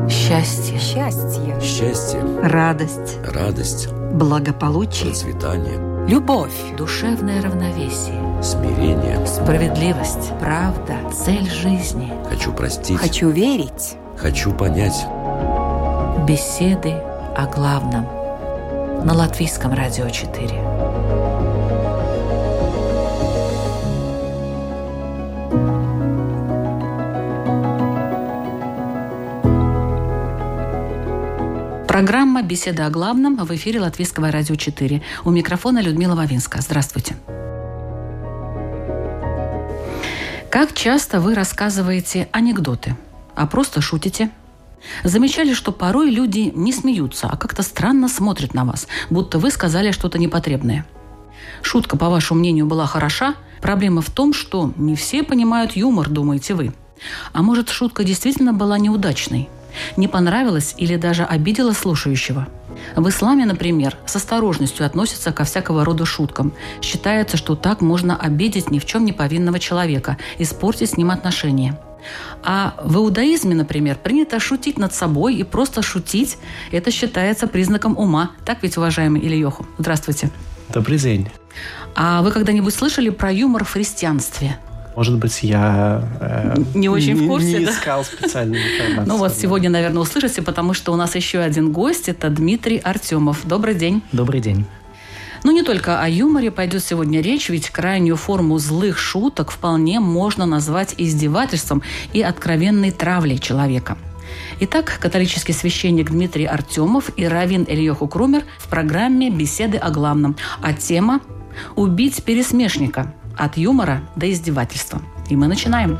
Счастье. Счастье. Счастье. Радость. Радость. Благополучие. Процветание. Любовь. Душевное равновесие. Смирение. Справедливость. Правда. Цель жизни. Хочу простить. Хочу верить. Хочу понять. Беседы о главном. На Латвийском радио 4. Программа «Беседы о главном» в эфире Латвийского радио 4. У микрофона Людмила Вавинска. Здравствуйте. Как часто вы рассказываете анекдоты, а просто шутите? Замечали, что порой люди не смеются, а как-то странно смотрят на вас, будто вы сказали что-то непотребное. Шутка, по вашему мнению, была хороша? Проблема в том, что не все понимают юмор, думаете вы. А может, шутка действительно была неудачной? Не понравилась или даже обидела слушающего? В исламе, например, с осторожностью относятся ко всякого рода шуткам. Считается, что так можно обидеть ни в чем не повинного человека, испортить с ним отношения. А в иудаизме, например, принято шутить над собой, и просто шутить – это считается признаком ума. Так ведь, уважаемый Ильёху? Здравствуйте. Добрый день. А вы когда-нибудь слышали про юмор в христианстве? Может быть, я не очень в курсе, не да? искал специальную информацию. Ну вот сегодня, наверное, услышите, потому что у нас еще один гость – это Дмитрий Артемов. Добрый день. Добрый день. Но не только о юморе пойдет сегодня речь, ведь крайнюю форму злых шуток вполне можно назвать издевательством и откровенной травлей человека. Итак, католический священник Дмитрий Артемов и раввин Ильёху Крумер в программе «Беседы о главном». А тема – «Убить пересмешника. От юмора до издевательства». И мы начинаем.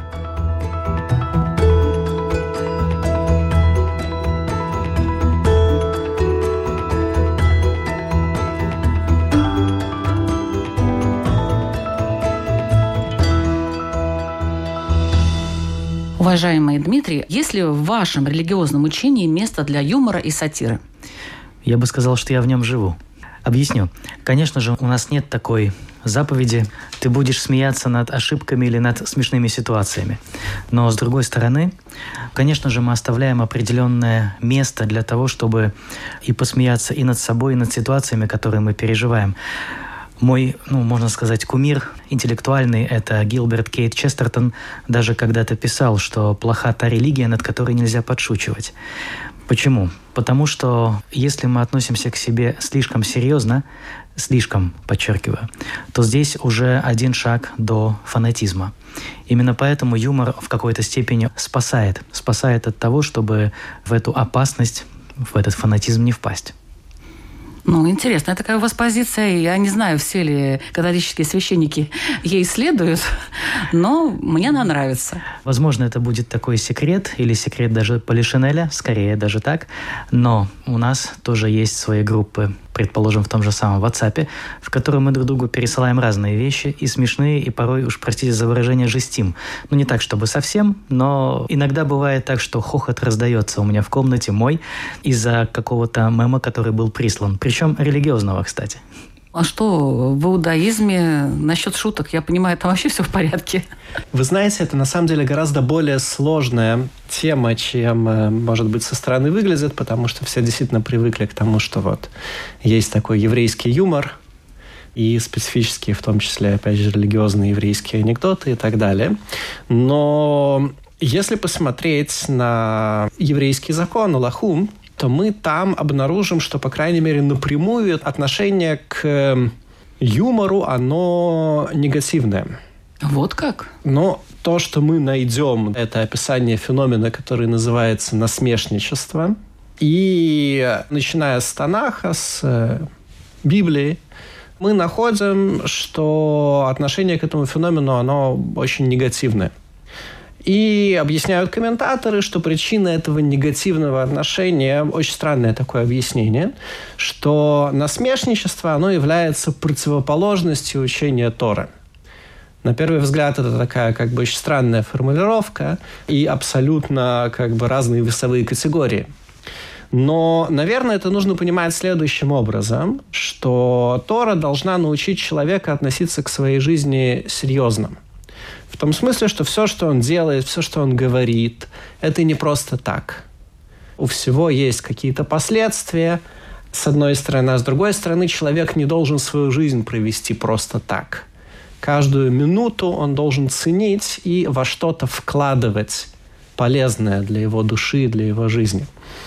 Уважаемый Дмитрий, есть ли в вашем религиозном учении место для юмора и сатиры? Я бы сказал, что я в нем живу. Объясню. Конечно же, у нас нет такой заповеди «ты будешь смеяться над ошибками или над смешными ситуациями». Но, с другой стороны, конечно же, мы оставляем определенное место для того, чтобы и посмеяться и над собой, и над ситуациями, которые мы переживаем. Мой, можно сказать, кумир интеллектуальный – это Гилберт Кейт Честертон, даже когда-то писал, что плоха та религия, над которой нельзя подшучивать. Почему? Потому что если мы относимся к себе слишком серьезно, слишком, подчеркиваю, то здесь уже один шаг до фанатизма. Именно поэтому юмор в какой-то степени спасает от того, чтобы в эту опасность, в этот фанатизм не впасть. Интересная такая у вас позиция. Я не знаю, все ли католические священники ей следуют, но мне она нравится. Возможно, это будет такой секрет, или секрет даже Полишинеля, скорее даже так. Но у нас тоже есть свои группы, предположим, в том же самом WhatsApp, в которой мы друг другу пересылаем разные вещи, и смешные, и порой, уж простите за выражение, жестим. Не так, чтобы совсем, но иногда бывает так, что хохот раздается у меня в комнате мой из-за какого-то мема, который был прислан. Причем религиозного, кстати. А что в иудаизме насчет шуток? Я понимаю, там вообще все в порядке. Вы знаете, это на самом деле гораздо более сложная тема, чем, может быть, со стороны выглядит, потому что все действительно привыкли к тому, что есть такой еврейский юмор и специфические, в том числе, опять же, религиозные еврейские анекдоты и так далее. Но если посмотреть на еврейский закон, Аллаху, то мы там обнаружим, что, по крайней мере, напрямую отношение к юмору, оно негативное. Вот как? Но то, что мы найдем, это описание феномена, который называется насмешничество. И начиная с Танаха, с Библии, мы находим, что отношение к этому феномену, оно очень негативное. И объясняют комментаторы, что причина этого негативного отношения, очень странное такое объяснение, что насмешничество, оно является противоположностью учения Торы. На первый взгляд, это такая очень странная формулировка и абсолютно разные весовые категории. Но, наверное, это нужно понимать следующим образом, что Тора должна научить человека относиться к своей жизни серьезно. В том смысле, что все, что он делает, все, что он говорит, это не просто так. У всего есть какие-то последствия, с одной стороны. А с другой стороны, человек не должен свою жизнь провести просто так. Каждую минуту он должен ценить и во что-то вкладывать полезное для его души, для его жизни.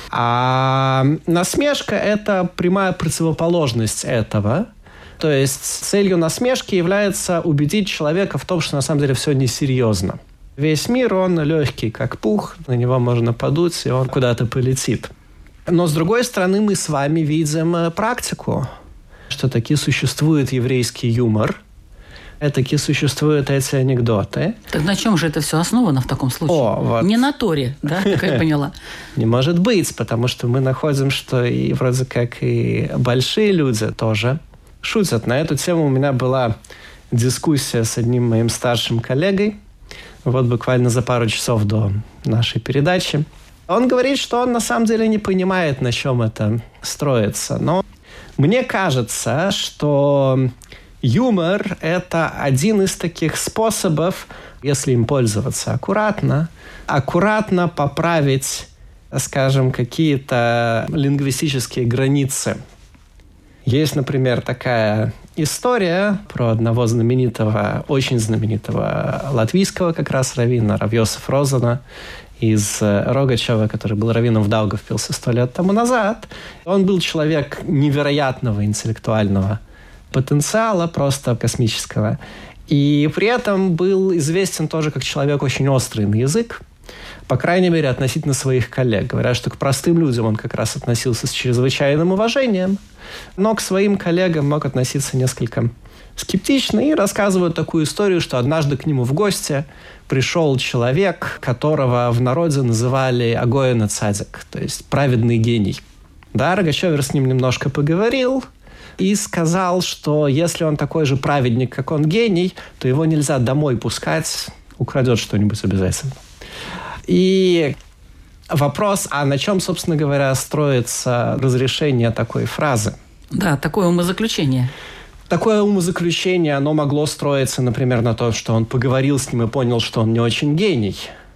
А насмешка – это прямая противоположность этого. То есть целью насмешки является убедить человека в том, что на самом деле все несерьезно. Весь мир, он легкий, как пух, на него можно подуть, и он куда-то полетит. Но, с другой стороны, мы с вами видим практику, что таки существует еврейский юмор, таки существуют эти анекдоты. Так на чем же это все основано в таком случае? Вот. Не на Торе, да, как я поняла? Не может быть, потому что мы находим, что и вроде как и большие люди тоже шутят. На эту тему у меня была дискуссия с одним моим старшим коллегой, вот буквально за пару часов до нашей передачи. Он говорит, что он на самом деле не понимает, на чем это строится. Но мне кажется, что юмор – это один из таких способов, если им пользоваться аккуратно поправить, скажем, какие-то лингвистические границы. Есть, например, такая история про одного очень знаменитого латвийского как раз раввина, рав Йосеф Розена из Рогачева, который был раввином в Даугавпилсе 100 лет тому назад. Он был человек невероятного интеллектуального потенциала, просто космического. И при этом был известен тоже как человек очень острый на язык, по крайней мере, относительно своих коллег. Говорят, что к простым людям он как раз относился с чрезвычайным уважением, но к своим коллегам мог относиться несколько скептично. И рассказывают такую историю, что однажды к нему в гости пришел человек, которого в народе называли Агоен Цадик, то есть праведный гений. Да, Рогачевер с ним немножко поговорил и сказал, что если он такой же праведник, как он гений, то его нельзя домой пускать, украдет что-нибудь обязательно. И вопрос, а на чем, собственно говоря, строится разрешение такой фразы? Да, такое умозаключение. Такое умозаключение, оно могло строиться, например, на том, что он поговорил с ним и понял, что он не очень гений.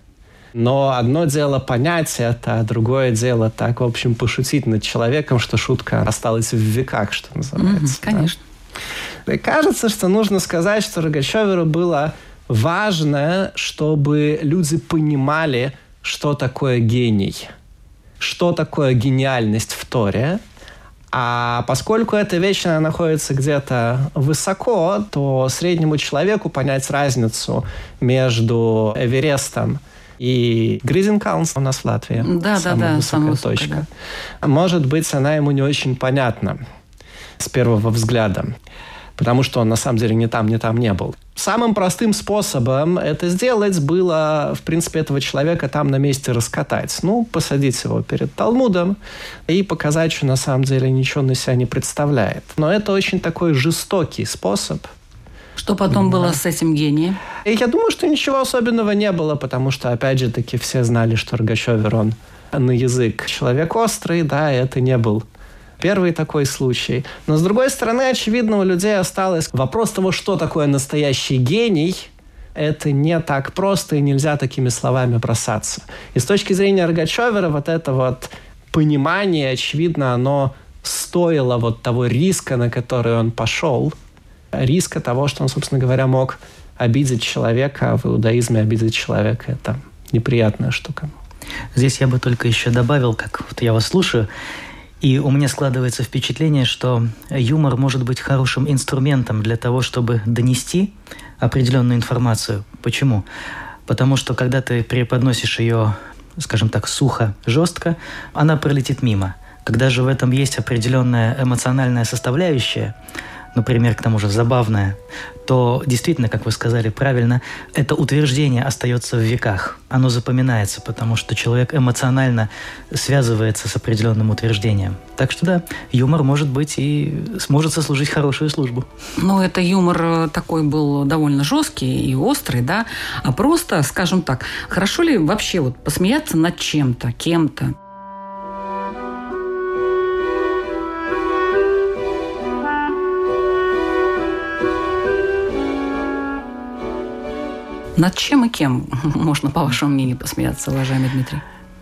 Но одно дело понять это, а другое дело так, в общем, пошутить над человеком, что шутка осталась в веках, что называется. Конечно. Да? И кажется, что нужно сказать, что Рогачеверу было важно, чтобы люди понимали, что такое гений, что такое гениальность в Торе. А поскольку эта вещь она находится где-то высоко, то среднему человеку понять разницу между Эверестом и Гризенкаунс у нас в Латвии. Да, самая высокая точка. Да. Может быть, она ему не очень понятна с первого взгляда, потому что он на самом деле ни там, не был. Самым простым способом это сделать было, в принципе, этого человека там на месте раскатать. Посадить его перед Талмудом и показать, что на самом деле ничего на себя не представляет. Но это очень такой жестокий способ. Что потом было с этим гением? И я думаю, что ничего особенного не было, потому что, опять же таки, все знали, что Рогачевер, он на язык человек острый, да, и это не был первый такой случай. Но, с другой стороны, очевидно, у людей осталось вопрос того, что такое настоящий гений. Это не так просто, и нельзя такими словами бросаться. И с точки зрения Рогачевера вот это вот понимание, очевидно, оно стоило вот того риска, на который он пошел. Риска того, что он, собственно говоря, мог обидеть человека. В иудаизме обидеть человека – это неприятная штука. Здесь я бы только еще добавил, как вот я вас слушаю, и у меня складывается впечатление, что юмор может быть хорошим инструментом для того, чтобы донести определенную информацию. Почему? Потому что когда ты преподносишь ее, скажем так, сухо, жестко, она пролетит мимо. Когда же в этом есть определенная эмоциональная составляющая, например, к тому же забавная, то действительно, как вы сказали правильно, это утверждение остается в веках. Оно запоминается, потому что человек эмоционально связывается с определенным утверждением. Так что да, юмор может быть и сможет сослужить хорошую службу. Но это юмор такой был довольно жесткий и острый, да? А просто, скажем так, хорошо ли вообще вот посмеяться над чем-то, кем-то? Над чем и кем можно, по вашему мнению, посмеяться, уважаемый Дмитрий?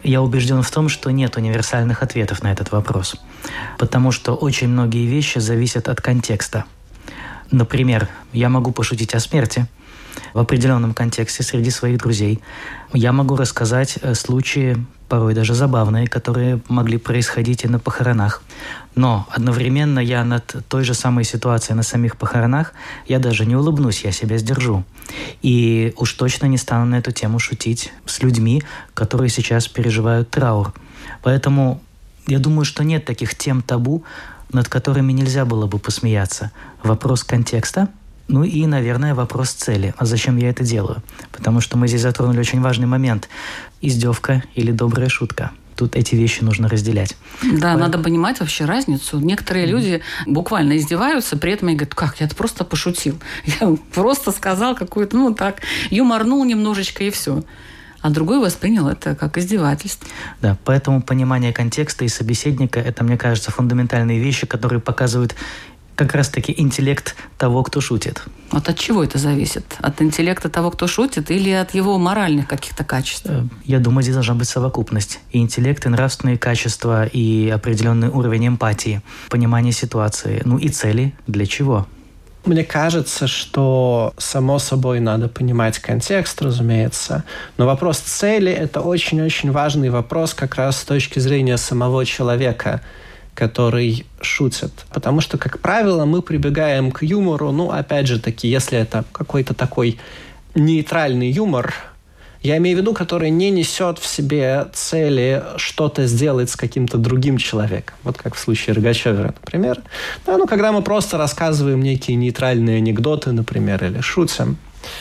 Я убежден в том, что нет универсальных ответов на этот вопрос, потому что очень многие вещи зависят от контекста. Например, я могу пошутить о смерти в определенном контексте среди своих друзей. Я могу рассказать случаи, порой даже забавные, которые могли происходить и на похоронах. Но одновременно я над той же самой ситуацией на самих похоронах, я даже не улыбнусь, я себя сдержу. И уж точно не стану на эту тему шутить с людьми, которые сейчас переживают траур. Поэтому я думаю, что нет таких тем табу, над которыми нельзя было бы посмеяться. Вопрос контекста, ну и, наверное, вопрос цели. А зачем я это делаю? Потому что мы здесь затронули очень важный момент. Издевка или добрая шутка. Тут эти вещи нужно разделять. Да, надо понимать вообще разницу. Некоторые люди буквально издеваются, при этом они говорят, как, я просто пошутил. Я просто сказал какую-то, юморнул немножечко и все. А другой воспринял это как издевательство. Да, поэтому понимание контекста и собеседника – это, мне кажется, фундаментальные вещи, которые показывают как раз-таки интеллект того, кто шутит. Вот от чего это зависит? От интеллекта того, кто шутит, или от его моральных каких-то качеств? Я думаю, здесь должна быть совокупность. И интеллект, и нравственные качества, и определенный уровень эмпатии, понимание ситуации, и цели для чего. Мне кажется, что, само собой, надо понимать контекст, разумеется, но вопрос цели – это очень-очень важный вопрос как раз с точки зрения самого человека, который шутит. Потому что, как правило, мы прибегаем к юмору, опять же таки, если это какой-то такой нейтральный юмор, я имею в виду, который не несет в себе цели что-то сделать с каким-то другим человеком. Вот как в случае Рогачёвера, например. Когда мы просто рассказываем некие нейтральные анекдоты, например, или шутим,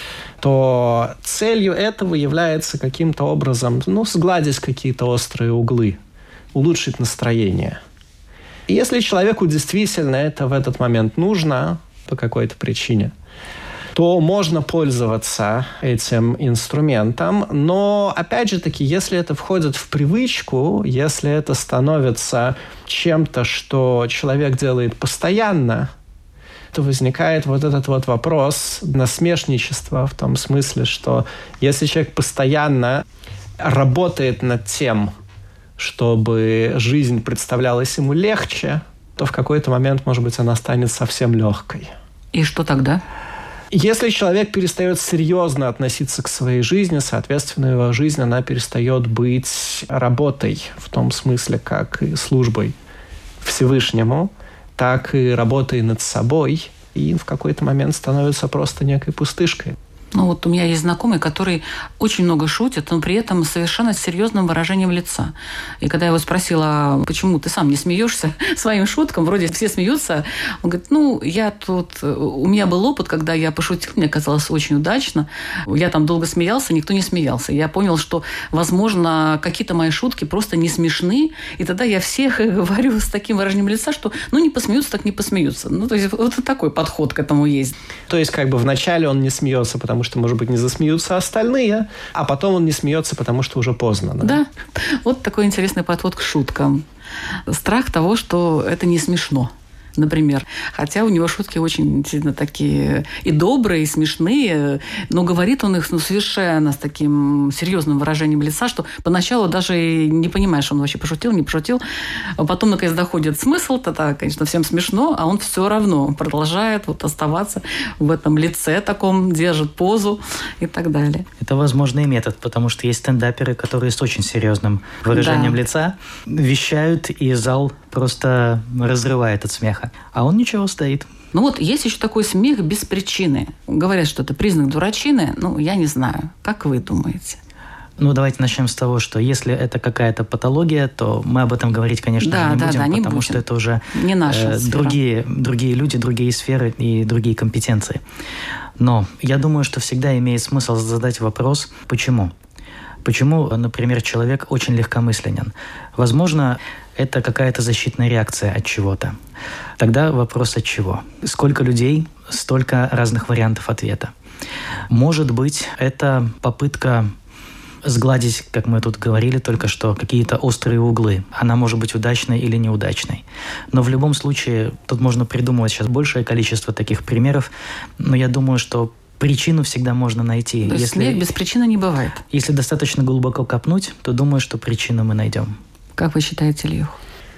то целью этого является каким-то образом, сгладить какие-то острые углы, улучшить настроение. И если человеку действительно это в этот момент нужно по какой-то причине, то можно пользоваться этим инструментом. Но, опять же таки, если это входит в привычку, если это становится чем-то, что человек делает постоянно, то возникает вот этот вот вопрос насмешничества в том смысле, что если человек постоянно работает над тем, чтобы жизнь представлялась ему легче, то в какой-то момент, может быть, она станет совсем легкой. И что тогда? Если человек перестает серьезно относиться к своей жизни, соответственно, его жизнь, она перестает быть работой в том смысле, как и службой Всевышнему, так и работой над собой, и в какой-то момент становится просто некой пустышкой. У меня есть знакомый, который очень много шутит, но при этом совершенно с серьезным выражением лица. И когда я его спросила, почему ты сам не смеешься своим шуткам, вроде все смеются, он говорит, у меня был опыт, когда я пошутил, мне казалось очень удачно, я там долго смеялся, никто не смеялся. Я понял, что, возможно, какие-то мои шутки просто не смешны, и тогда я всех говорю с таким выражением лица, что не посмеются, так не посмеются. То есть вот такой подход к этому есть. То есть вначале он не смеется, потому что, может быть, не засмеются остальные, а потом он не смеется, потому что уже поздно. Да. Вот такой интересный подход к шуткам. Страх того, что это не смешно. Например. Хотя у него шутки очень действительно такие и добрые, и смешные, но говорит он их совершенно с таким серьезным выражением лица, что поначалу даже не понимаешь, он вообще пошутил, не пошутил. А потом, наконец, доходит смысл, тогда, конечно, всем смешно, а он все равно продолжает оставаться в этом лице таком, держит позу и так далее. Это возможный метод, потому что есть стендаперы, которые с очень серьезным выражением лица вещают, и зал просто разрывает от смеха. А он ничего, стоит. Есть еще такой смех без причины. Говорят, что это признак дурачины. Я не знаю. Как вы думаете? Давайте начнем с того, что если это какая-то патология, то мы об этом говорить, конечно, не будем, потому что это уже не наша другие люди, другие сферы и другие компетенции. Но я думаю, что всегда имеет смысл задать вопрос, почему? Почему, например, человек очень легкомысленен? Возможно, это какая-то защитная реакция от чего-то. Тогда вопрос от чего? Сколько людей, столько разных вариантов ответа. Может быть, это попытка сгладить, как мы тут говорили только что, какие-то острые углы. Она может быть удачной или неудачной. Но в любом случае, тут можно придумывать сейчас большее количество таких примеров. Но я думаю, что причину всегда можно найти. То есть смех без причины не бывает? Если достаточно глубоко копнуть, то думаю, что причину мы найдем. Как вы считаете, Ильюх?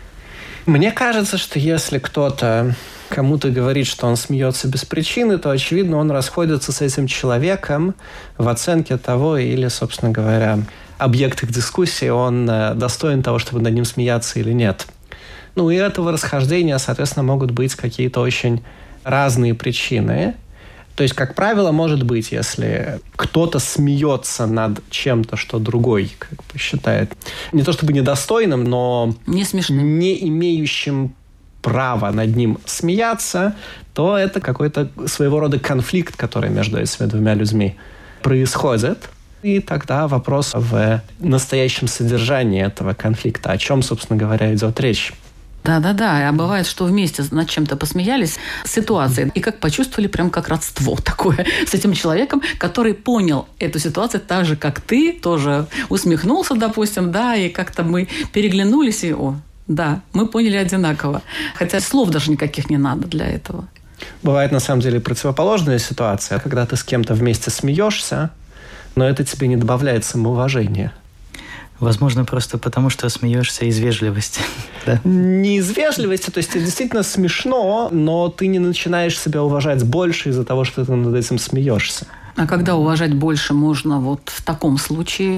Мне кажется, что если кто-то кому-то говорит, что он смеется без причины, то, очевидно, он расходится с этим человеком в оценке того, или, собственно говоря, объект их дискуссии, он достоин того, чтобы над ним смеяться или нет. Ну, и этого расхождения, соответственно, могут быть какие-то очень разные причины. То есть, как правило, может быть, если кто-то смеется над чем-то, что другой как бы считает не то чтобы недостойным, но не смешным, не имеющим права над ним смеяться, то это какой-то своего рода конфликт, который между этими двумя людьми происходит. И тогда вопрос в настоящем содержании этого конфликта, о чем, собственно говоря, идет речь. Да. А бывает, что вместе над чем-то посмеялись ситуацией, и как почувствовали прям как родство такое с этим человеком, который понял эту ситуацию так же, как ты, тоже усмехнулся, допустим, да, и как-то мы переглянулись, и мы поняли одинаково. Хотя слов даже никаких не надо для этого. Бывает, на самом деле, противоположная ситуация, когда ты с кем-то вместе смеешься, но это тебе не добавляет самоуважения. Возможно, просто потому, что смеешься из вежливости. Да? Не из вежливости, то есть это действительно смешно, но ты не начинаешь себя уважать больше из-за того, что ты над этим смеешься. А когда уважать больше можно вот в таком случае?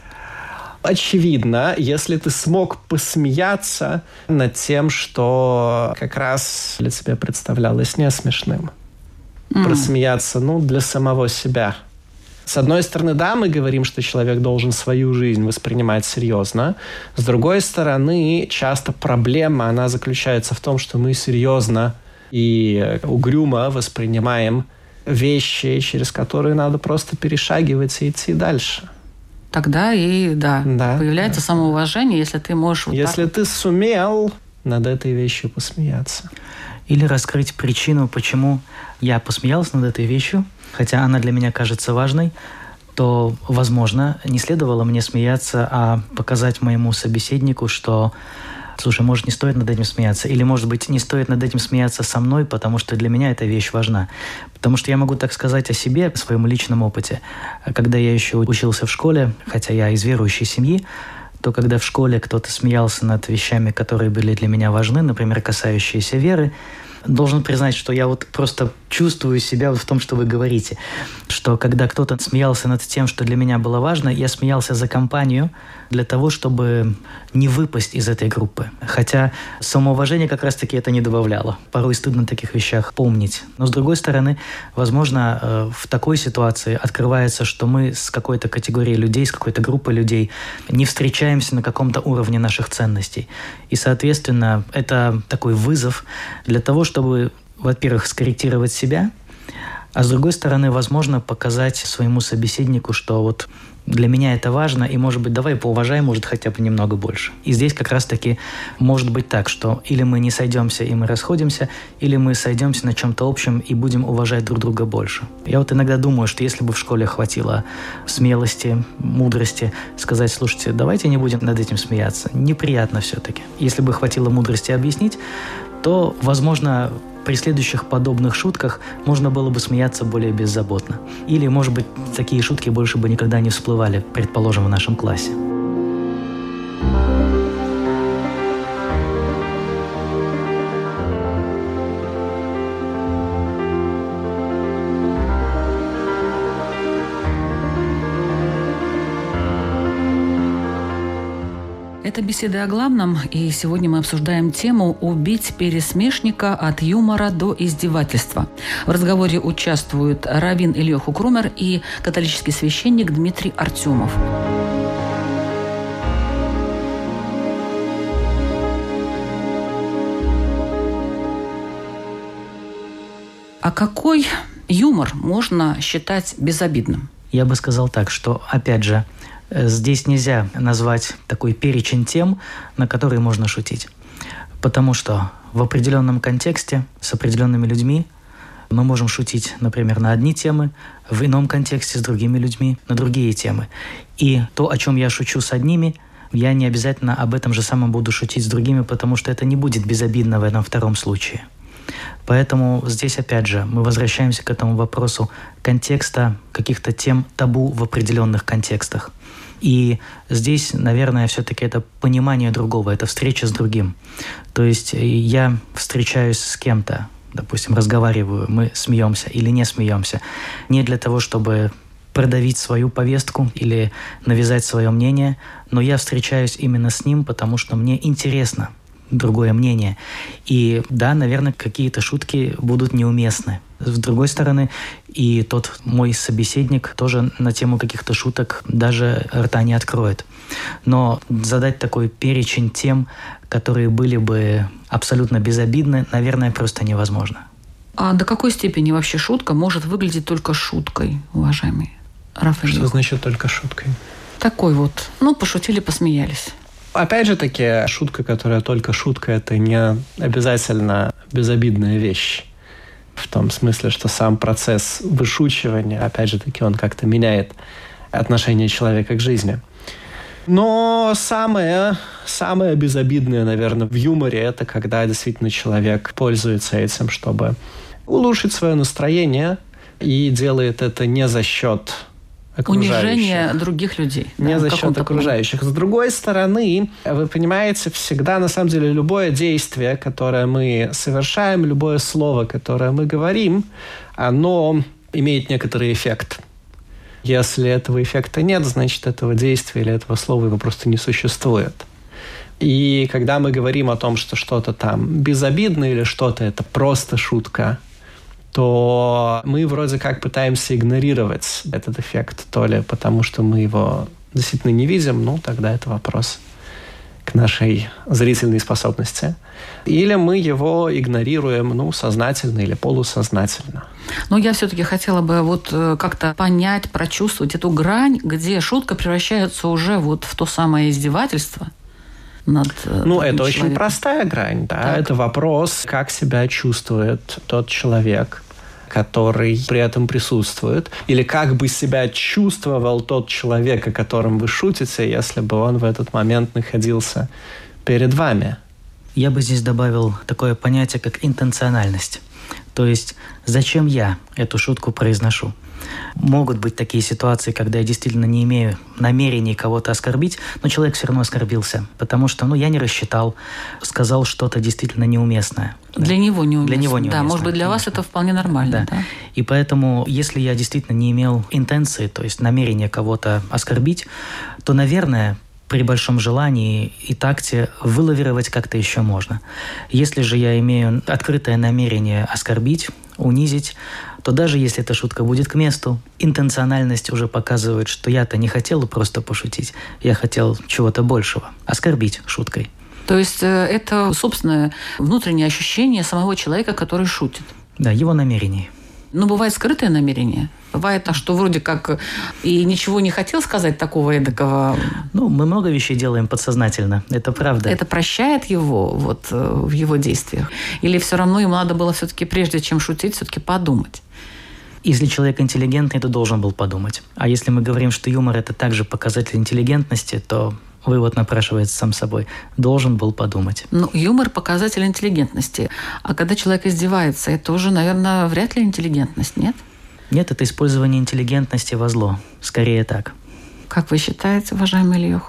Очевидно, если ты смог посмеяться над тем, что как раз для тебя представлялось не смешным. Просмеяться, для самого себя. С одной стороны, да, мы говорим, что человек должен свою жизнь воспринимать серьезно. С другой стороны, часто проблема, она заключается в том, что мы серьезно и угрюмо воспринимаем вещи, через которые надо просто перешагивать и идти дальше. Тогда и, появляется самоуважение, если ты можешь... Если ты сумел над этой вещью посмеяться. Или раскрыть причину, почему я посмеялся над этой вещью, хотя она для меня кажется важной, то, возможно, не следовало мне смеяться, а показать моему собеседнику, что, слушай, может, не стоит над этим смеяться, или, может быть, не стоит над этим смеяться со мной, потому что для меня эта вещь важна. Потому что я могу так сказать о себе, о своем личном опыте. Когда я еще учился в школе, хотя я из верующей семьи, то когда в школе кто-то смеялся над вещами, которые были для меня важны, например, касающиеся веры, должен признать, что я просто чувствую себя в том, что вы говорите. Что когда кто-то смеялся над тем, что для меня было важно, я смеялся за компанию для того, чтобы не выпасть из этой группы. Хотя самоуважение как раз-таки это не добавляло. Порой стыдно о таких вещах помнить. Но с другой стороны, возможно, в такой ситуации открывается, что мы с какой-то категорией людей, с какой-то группой людей не встречаемся на каком-то уровне наших ценностей. И, соответственно, это такой вызов для того, чтобы, во-первых, скорректировать себя, а с другой стороны, возможно, показать своему собеседнику, что для меня это важно, и, может быть, давай поуважаем, может, хотя бы немного больше. И здесь как раз-таки может быть так, что или мы не сойдемся, и мы расходимся, или мы сойдемся на чем-то общем и будем уважать друг друга больше. Я иногда думаю, что если бы в школе хватило смелости, мудрости сказать, слушайте, давайте не будем над этим смеяться. Неприятно все-таки. Если бы хватило мудрости объяснить, то, возможно, при следующих подобных шутках можно было бы смеяться более беззаботно. Или, может быть, такие шутки больше бы никогда не всплывали, предположим, в нашем классе. Это беседы о главном, и сегодня мы обсуждаем тему «Убить пересмешника от юмора до издевательства». В разговоре участвуют раввин Ильюха Крумер и католический священник Дмитрий Артемов. А какой юмор можно считать безобидным? Я бы сказал так, что, опять же, здесь нельзя назвать такой перечень тем, на которые можно шутить. Потому что в определенном контексте с определенными людьми мы можем шутить, например, на одни темы, в ином контексте с другими людьми на другие темы. И то, о чем я шучу с одними, я не обязательно об этом же самом буду шутить с другими, потому что это не будет безобидно в этом втором случае. Поэтому здесь, опять же, мы возвращаемся к этому вопросу контекста, каких-то тем табу в определенных контекстах. И здесь, наверное, все-таки это понимание другого, это встреча с другим. То есть я встречаюсь с кем-то, допустим, разговариваю, мы смеемся или не смеемся, не для того, чтобы продавить свою повестку или навязать свое мнение, но я встречаюсь именно с ним, потому что мне интересно другое мнение. И да, наверное, какие-то шутки будут неуместны. С другой стороны, и тот мой собеседник тоже на тему каких-то шуток даже рта не откроет. Но задать такой перечень тем, которые были бы абсолютно безобидны, наверное, просто невозможно. А до какой степени вообще шутка может выглядеть только шуткой, уважаемый Раф Ильюх? Что значит только шуткой? Такой вот. Пошутили, посмеялись. Опять же таки, шутка, которая только шутка, это не обязательно безобидная вещь. В том смысле, что сам процесс вышучивания, опять же таки, он как-то меняет отношение человека к жизни. Но самое безобидное, наверное, в юморе, это когда действительно человек пользуется этим, чтобы улучшить свое настроение и делает это не за счет окружающих. Унижение других людей. Не за счет окружающих. С другой стороны, вы понимаете, всегда, на самом деле, любое действие, которое мы совершаем, любое слово, которое мы говорим, оно имеет некоторый эффект. Если этого эффекта нет, значит, этого действия или этого слова его просто не существует. И когда мы говорим о том, что что-то там безобидно или что-то это просто шутка, то мы вроде как пытаемся игнорировать этот эффект, то ли потому, что мы его действительно не видим, тогда это вопрос к нашей зрительной способности. Или мы его игнорируем, сознательно или полусознательно. Но я все-таки хотела бы как-то понять, прочувствовать эту грань, где шутка превращается уже в то самое издевательство над это человеком. очень простая грань, да. Так. Это вопрос, как себя чувствует тот человек, который при этом присутствует, или как бы себя чувствовал тот человек, о котором вы шутите, если бы он в этот момент находился перед вами. Я бы здесь добавил такое понятие, как интенциональность. То есть, зачем я эту шутку произношу? Могут быть такие ситуации, когда я действительно не имею намерений кого-то оскорбить, но человек все равно оскорбился, потому что, я не рассчитал, сказал что-то действительно неуместное. Для него неуместно. Для него неуместно. Да, может быть, для вас это вполне нормально. Да. И поэтому, если я действительно не имел интенции, то есть намерения кого-то оскорбить, то, наверное, при большом желании и такте вылавировать как-то еще можно. Если же я имею открытое намерение оскорбить, унизить, то даже если эта шутка будет к месту, интенциональность уже показывает, что я-то не хотел просто пошутить, я хотел чего-то большего, оскорбить шуткой. То есть это собственное внутреннее ощущение самого человека, который шутит. Да, его намерение. Бывает скрытое намерение. Бывает, что вроде как и ничего не хотел сказать такого эдакого. Мы много вещей делаем подсознательно, это правда. Это прощает его в его действиях? Или все равно ему надо было все-таки, прежде чем шутить, все-таки подумать? Если человек интеллигентный, то должен был подумать. А если мы говорим, что юмор – это также показатель интеллигентности, то вывод напрашивается сам собой. Должен был подумать. Юмор – показатель интеллигентности. А когда человек издевается, это уже, наверное, вряд ли интеллигентность, нет? Нет, это использование интеллигентности во зло. Скорее так. Как вы считаете, уважаемый Ильюх?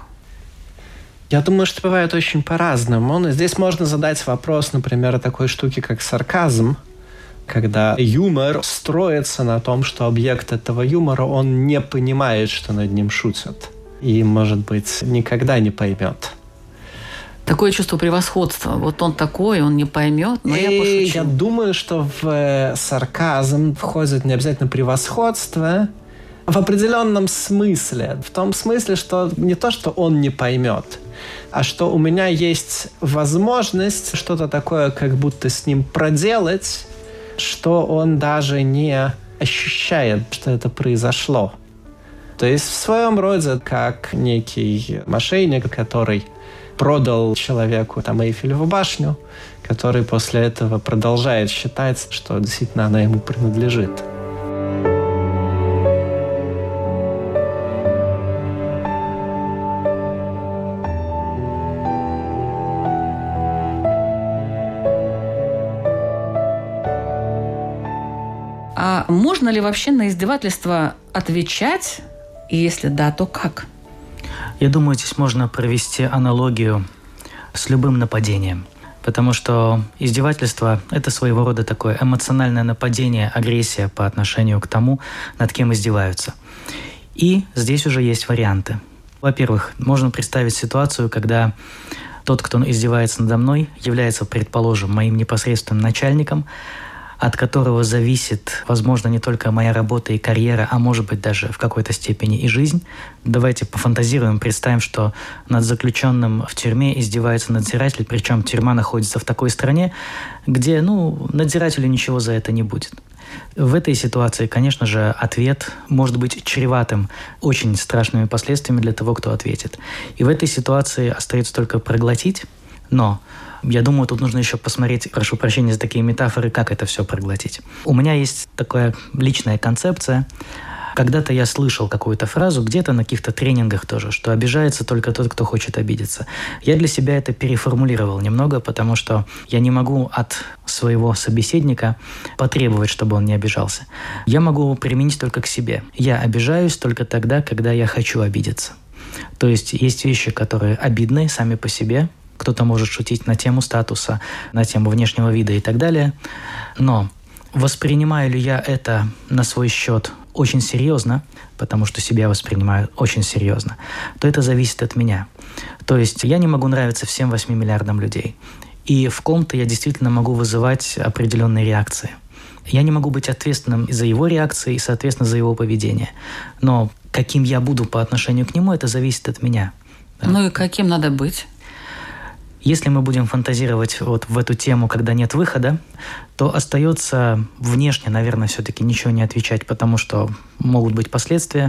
Я думаю, что бывает очень по-разному. Здесь можно задать вопрос, например, о такой штуке, как сарказм, когда юмор строится на том, что объект этого юмора, он не понимает, что над ним шутят. И, может быть, никогда не поймет. Такое чувство превосходства. Он такой, он не поймет, но я пошучу. Я думаю, что в сарказм входит не обязательно превосходство, в определенном смысле. В том смысле, что не то, что он не поймет, а что у меня есть возможность что-то такое, как будто с ним проделать, что он даже не ощущает, что это произошло. То есть в своем роде как некий мошенник, который продал человеку Эйфелеву башню, который после этого продолжает считать, что действительно она ему принадлежит. А можно ли вообще на издевательство отвечать? И если да, то как? Я думаю, здесь можно провести аналогию с любым нападением. Потому что издевательство – это своего рода такое эмоциональное нападение, агрессия по отношению к тому, над кем издеваются. И здесь уже есть варианты. Во-первых, можно представить ситуацию, когда тот, кто издевается надо мной, является, предположим, моим непосредственным начальником, от которого зависит, возможно, не только моя работа и карьера, а может быть даже в какой-то степени и жизнь. Давайте пофантазируем, представим, что над заключенным в тюрьме издевается надзиратель, причем тюрьма находится в такой стране, где, надзирателю ничего за это не будет. В этой ситуации, конечно же, ответ может быть чреватым очень страшными последствиями для того, кто ответит. И в этой ситуации остается только проглотить, но я думаю, тут нужно еще посмотреть, прошу прощения за такие метафоры, как это все проглотить. У меня есть такая личная концепция. Когда-то я слышал какую-то фразу, где-то на каких-то тренингах тоже, что обижается только тот, кто хочет обидеться. Я для себя это переформулировал немного, потому что я не могу от своего собеседника потребовать, чтобы он не обижался. Я могу применить только к себе. Я обижаюсь только тогда, когда я хочу обидеться. То есть есть вещи, которые обидны сами по себе. Кто-то может шутить на тему статуса, на тему внешнего вида и так далее. Но воспринимаю ли я это на свой счет очень серьезно, потому что себя воспринимаю очень серьезно, то это зависит от меня. То есть я не могу нравиться всем 8 миллиардам людей. И в ком-то я действительно могу вызывать определенные реакции. Я не могу быть ответственным за его реакции и, соответственно, за его поведение. Но каким я буду по отношению к нему, это зависит от меня. Да. И каким надо быть? Если мы будем фантазировать вот в эту тему, когда нет выхода, то остается внешне, наверное, все-таки ничего не отвечать, потому что могут быть последствия.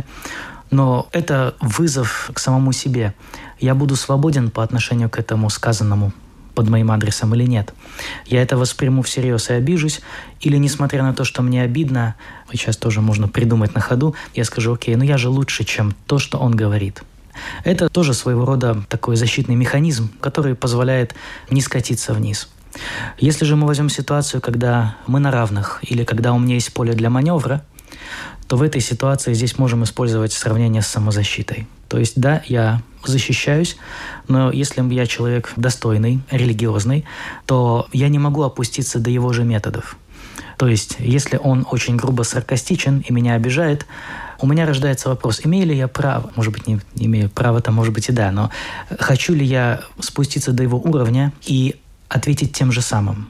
Но это вызов к самому себе. Я буду свободен по отношению к этому сказанному под моим адресом или нет. Я это восприму всерьез и обижусь. Или, несмотря на то, что мне обидно, сейчас тоже можно придумать на ходу, я скажу: окей, я же лучше, чем то, что он говорит. Это тоже своего рода такой защитный механизм, который позволяет не скатиться вниз. Если же мы возьмем ситуацию, когда мы на равных или когда у меня есть поле для маневра, то в этой ситуации здесь можем использовать сравнение с самозащитой. То есть, да, я защищаюсь, но если я человек достойный, религиозный, то я не могу опуститься до его же методов. То есть, если он очень грубо саркастичен и меня обижает, у меня рождается вопрос: имею ли я право, может быть, не имею права-то, может быть, и да, но хочу ли я спуститься до его уровня и ответить тем же самым?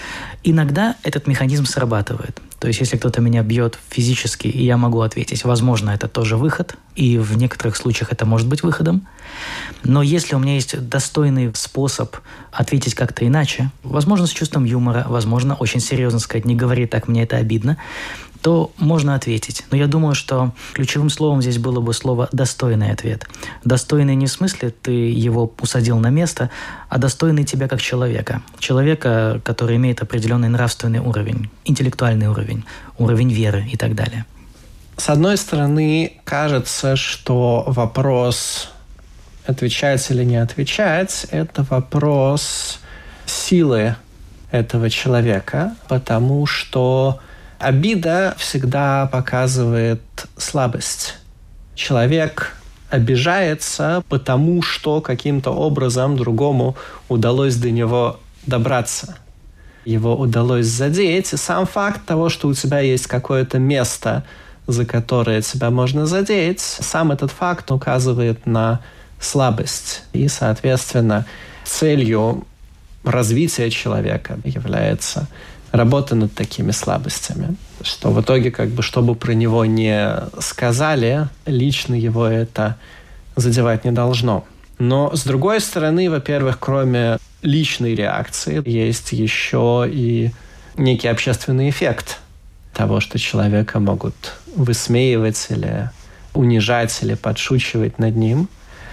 Иногда этот механизм срабатывает. То есть, если кто-то меня бьет физически, и я могу ответить, возможно, это тоже выход, и в некоторых случаях это может быть выходом. Но если у меня есть достойный способ ответить как-то иначе, возможно, с чувством юмора, возможно, очень серьезно сказать: не говори так, мне это обидно, то можно ответить. Но я думаю, что ключевым словом здесь было бы слово «достойный ответ». Достойный не в смысле ты его усадил на место, а достойный тебя как человека. Человека, который имеет определенный нравственный уровень, интеллектуальный уровень, уровень веры и так далее. С одной стороны, кажется, что вопрос отвечать или не отвечать – это вопрос силы этого человека, потому что обида всегда показывает слабость. Человек обижается, потому что каким-то образом другому удалось до него добраться. Его удалось задеть. И сам факт того, что у тебя есть какое-то место, за которое тебя можно задеть, сам этот факт указывает на слабость. И, соответственно, целью развития человека является работа над такими слабостями. Что в итоге, чтобы про него не сказали, лично его это задевать не должно. Но, с другой стороны, во-первых, кроме личной реакции, есть еще и некий общественный эффект того, что человека могут высмеивать или унижать, или подшучивать над ним.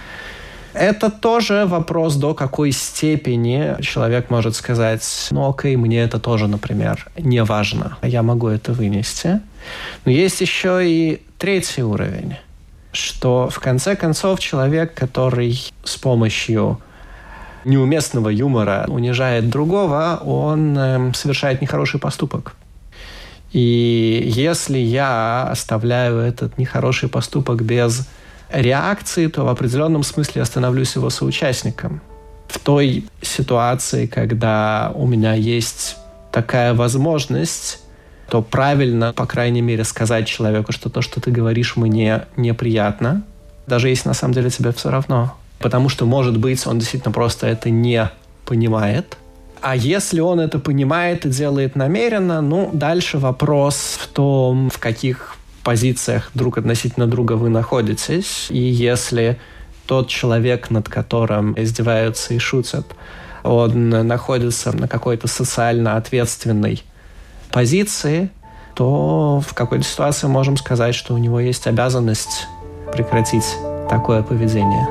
Это тоже вопрос, до какой степени человек может сказать: окей, мне это тоже, например, не важно, я могу это вынести. Но есть еще и третий уровень, что в конце концов человек, который с помощью неуместного юмора унижает другого, он совершает нехороший поступок. И если я оставляю этот нехороший поступок без реакции, то в определенном смысле я становлюсь его соучастником. В той ситуации, когда у меня есть такая возможность, то правильно, по крайней мере, сказать человеку, что то, что ты говоришь, мне неприятно, даже если на самом деле тебе все равно. Потому что, может быть, он действительно просто это не понимает. А если он это понимает и делает намеренно, дальше вопрос в том, в каких позициях друг относительно друга вы находитесь. И если тот человек, над которым издеваются и шутят, он находится на какой-то социально ответственной позиции, то в какой-то ситуации можем сказать, что у него есть обязанность прекратить такое поведение.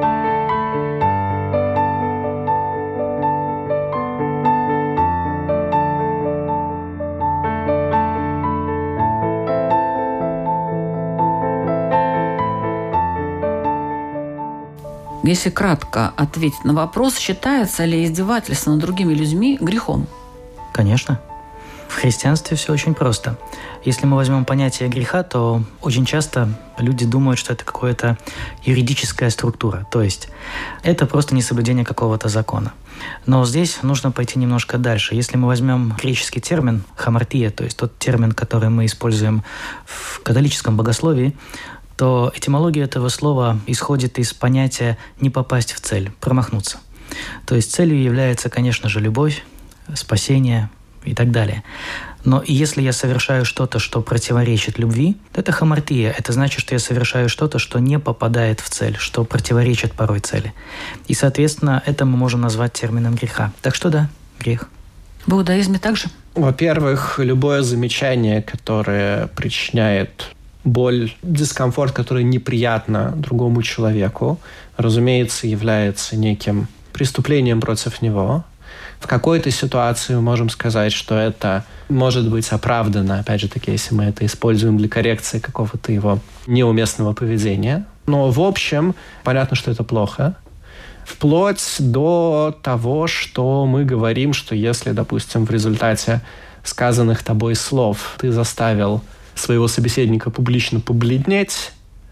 Если кратко ответить на вопрос, считается ли издевательство над другими людьми грехом? Конечно. В христианстве все очень просто. Если мы возьмем понятие греха, то очень часто люди думают, что это какая-то юридическая структура. То есть это просто несоблюдение какого-то закона. Но здесь нужно пойти немножко дальше. Если мы возьмем греческий термин «хамартия», то есть тот термин, который мы используем в католическом богословии, то этимология этого слова исходит из понятия «не попасть в цель», «промахнуться». То есть целью является, конечно же, любовь, спасение и так далее. Но если я совершаю что-то, что противоречит любви, то это хамартия. Это значит, что я совершаю что-то, что не попадает в цель, что противоречит порой цели. И, соответственно, это мы можем назвать термином греха. Так что да, грех. В иудаизме также? Во-первых, любое замечание, которое причиняет боль, дискомфорт, который неприятно другому человеку, разумеется, является неким преступлением против него. В какой-то ситуации мы можем сказать, что это может быть оправдано, опять же таки, если мы это используем для коррекции какого-то его неуместного поведения. Но в общем, понятно, что это плохо. Вплоть до того, что мы говорим, что если, допустим, в результате сказанных тобой слов ты заставил своего собеседника публично побледнеть,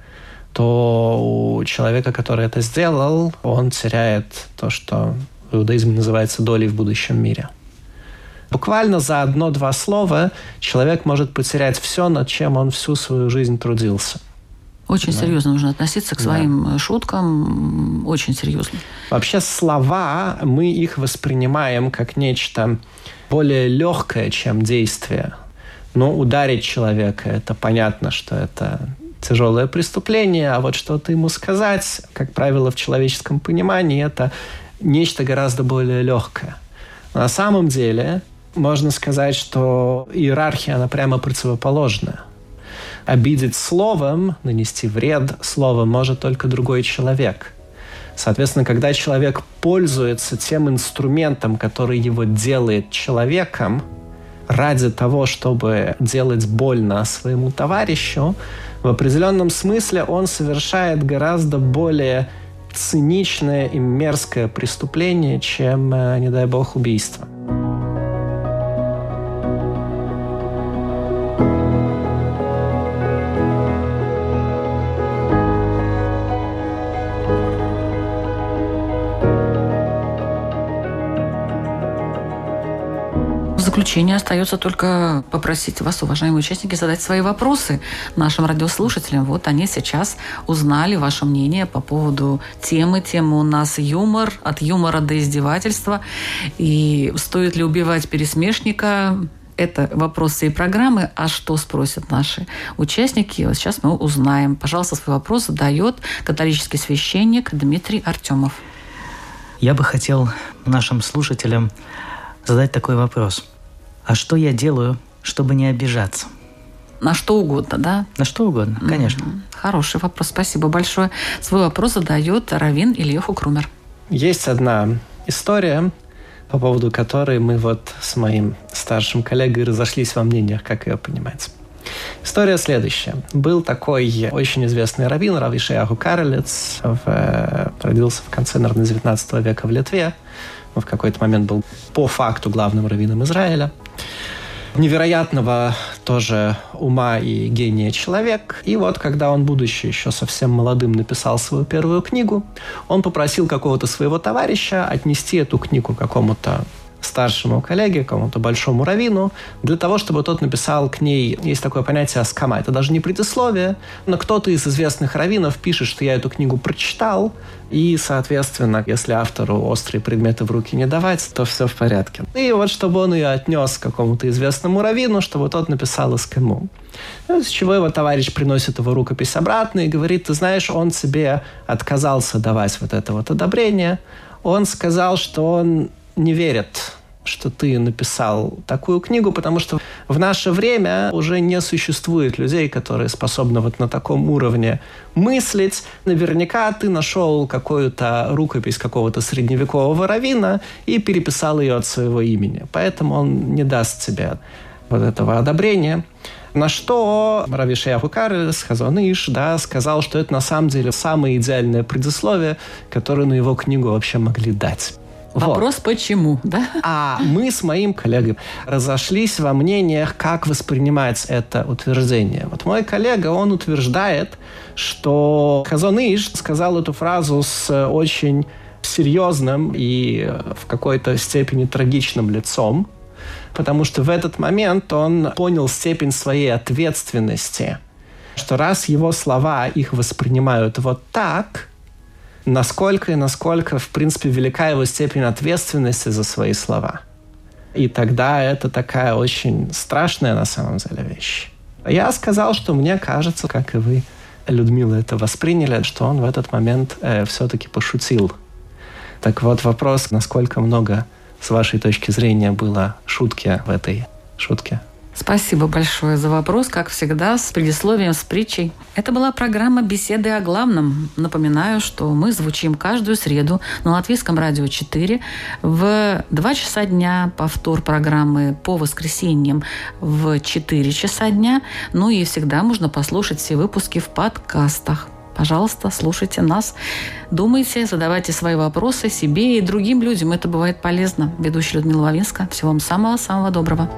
то у человека, который это сделал, он теряет то, что в иудаизме называется долей в будущем мире. Буквально за 1-2 слова человек может потерять все, над чем он всю свою жизнь трудился. Очень серьезно нужно относиться к своим шуткам, очень серьезно. Вообще слова, мы их воспринимаем как нечто более легкое, чем действие. Но ударить человека, это понятно, что это тяжелое преступление, а вот что-то ему сказать, как правило, в человеческом понимании, это нечто гораздо более легкое. Но на самом деле можно сказать, что иерархия, она прямо противоположная. Обидеть словом, нанести вред словом может только другой человек. Соответственно, когда человек пользуется тем инструментом, который его делает человеком, ради того, чтобы делать больно своему товарищу, в определенном смысле он совершает гораздо более циничное и мерзкое преступление, чем, не дай бог, убийство. В заключение остается только попросить вас, уважаемые участники, задать свои вопросы нашим радиослушателям. Вот они сейчас узнали ваше мнение по поводу темы. Тема у нас юмор, от юмора до издевательства. И стоит ли убивать пересмешника? Это вопрос всей программы. А что спросят наши участники? Вот сейчас мы узнаем. Пожалуйста, свой вопрос задает католический священник Дмитрий Артемов. Я бы хотел нашим слушателям задать такой вопрос. А что я делаю, чтобы не обижаться? На что угодно, да? На что угодно, конечно. Хороший вопрос, спасибо большое. Свой вопрос задает раввин Ильяху Крумер. Есть одна история, по поводу которой мы вот с моим старшим коллегой разошлись во мнениях, как ее понимать. История следующая. Был такой очень известный раввин, Рав Ишаяху Карелец, родился в конце, наверное, 19 века в Литве. В какой-то момент был по факту главным раввином Израиля. Невероятного тоже ума и гения человек. И вот, когда он, будучи еще совсем молодым, написал свою первую книгу, он попросил какого-то своего товарища отнести эту книгу какому-то старшему коллеге, какому-то большому раввину, для того, чтобы тот написал к ней, есть такое понятие аскама. Это даже не предисловие, но кто-то из известных раввинов пишет, что я эту книгу прочитал, и, соответственно, если автору острые предметы в руки не давать, то все в порядке. И вот, чтобы он ее отнес к какому-то известному раввину, чтобы тот написал аскаму. С чего его товарищ приносит его рукопись обратно и говорит: ты знаешь, он себе отказался давать вот это вот одобрение. Он сказал, что он не верит, что ты написал такую книгу, потому что в наше время уже не существует людей, которые способны вот на таком уровне мыслить. Наверняка ты нашел какую-то рукопись какого-то средневекового раввина и переписал ее от своего имени. Поэтому он не даст тебе вот этого одобрения. На что Рав Йешаяху Карелес, Хазон Иш, сказал, что это на самом деле самое идеальное предисловие, которое на его книгу вообще могли дать. Вопрос, почему, да? А мы с моим коллегой разошлись во мнениях, как воспринимать это утверждение. Вот мой коллега, он утверждает, что Хазон Иш сказал эту фразу с очень серьезным и в какой-то степени трагичным лицом, потому что в этот момент он понял степень своей ответственности, что раз его слова их воспринимают вот так, насколько, в принципе, велика его степень ответственности за свои слова. И тогда это такая очень страшная на самом деле вещь. Я сказал, что мне кажется, как и вы, Людмила, это восприняли, что он в этот момент все-таки пошутил. Так вот вопрос, насколько много, с вашей точки зрения, было шутки в этой шутке? Спасибо большое за вопрос, как всегда, с предисловием, с притчей. Это была программа «Беседы о главном». Напоминаю, что мы звучим каждую среду на Латвийском радио 4 в 2 часа дня, повтор программы по воскресеньям в 4 часа дня. Ну и всегда можно послушать все выпуски в подкастах. Пожалуйста, слушайте нас, думайте, задавайте свои вопросы себе и другим людям. Это бывает полезно. Ведущая Людмила Вавинска. Всего вам самого-самого доброго.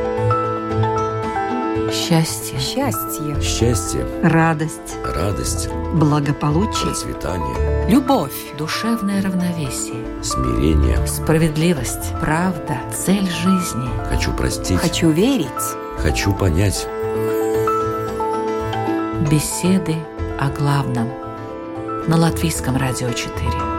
Счастье. Счастье. Счастье. Радость. Радость. Благополучие. Процветание. Любовь. Душевное равновесие. Смирение. Справедливость. Правда. Цель жизни. Хочу простить. Хочу верить. Хочу понять. Беседы о главном. На Латвийском радио 4.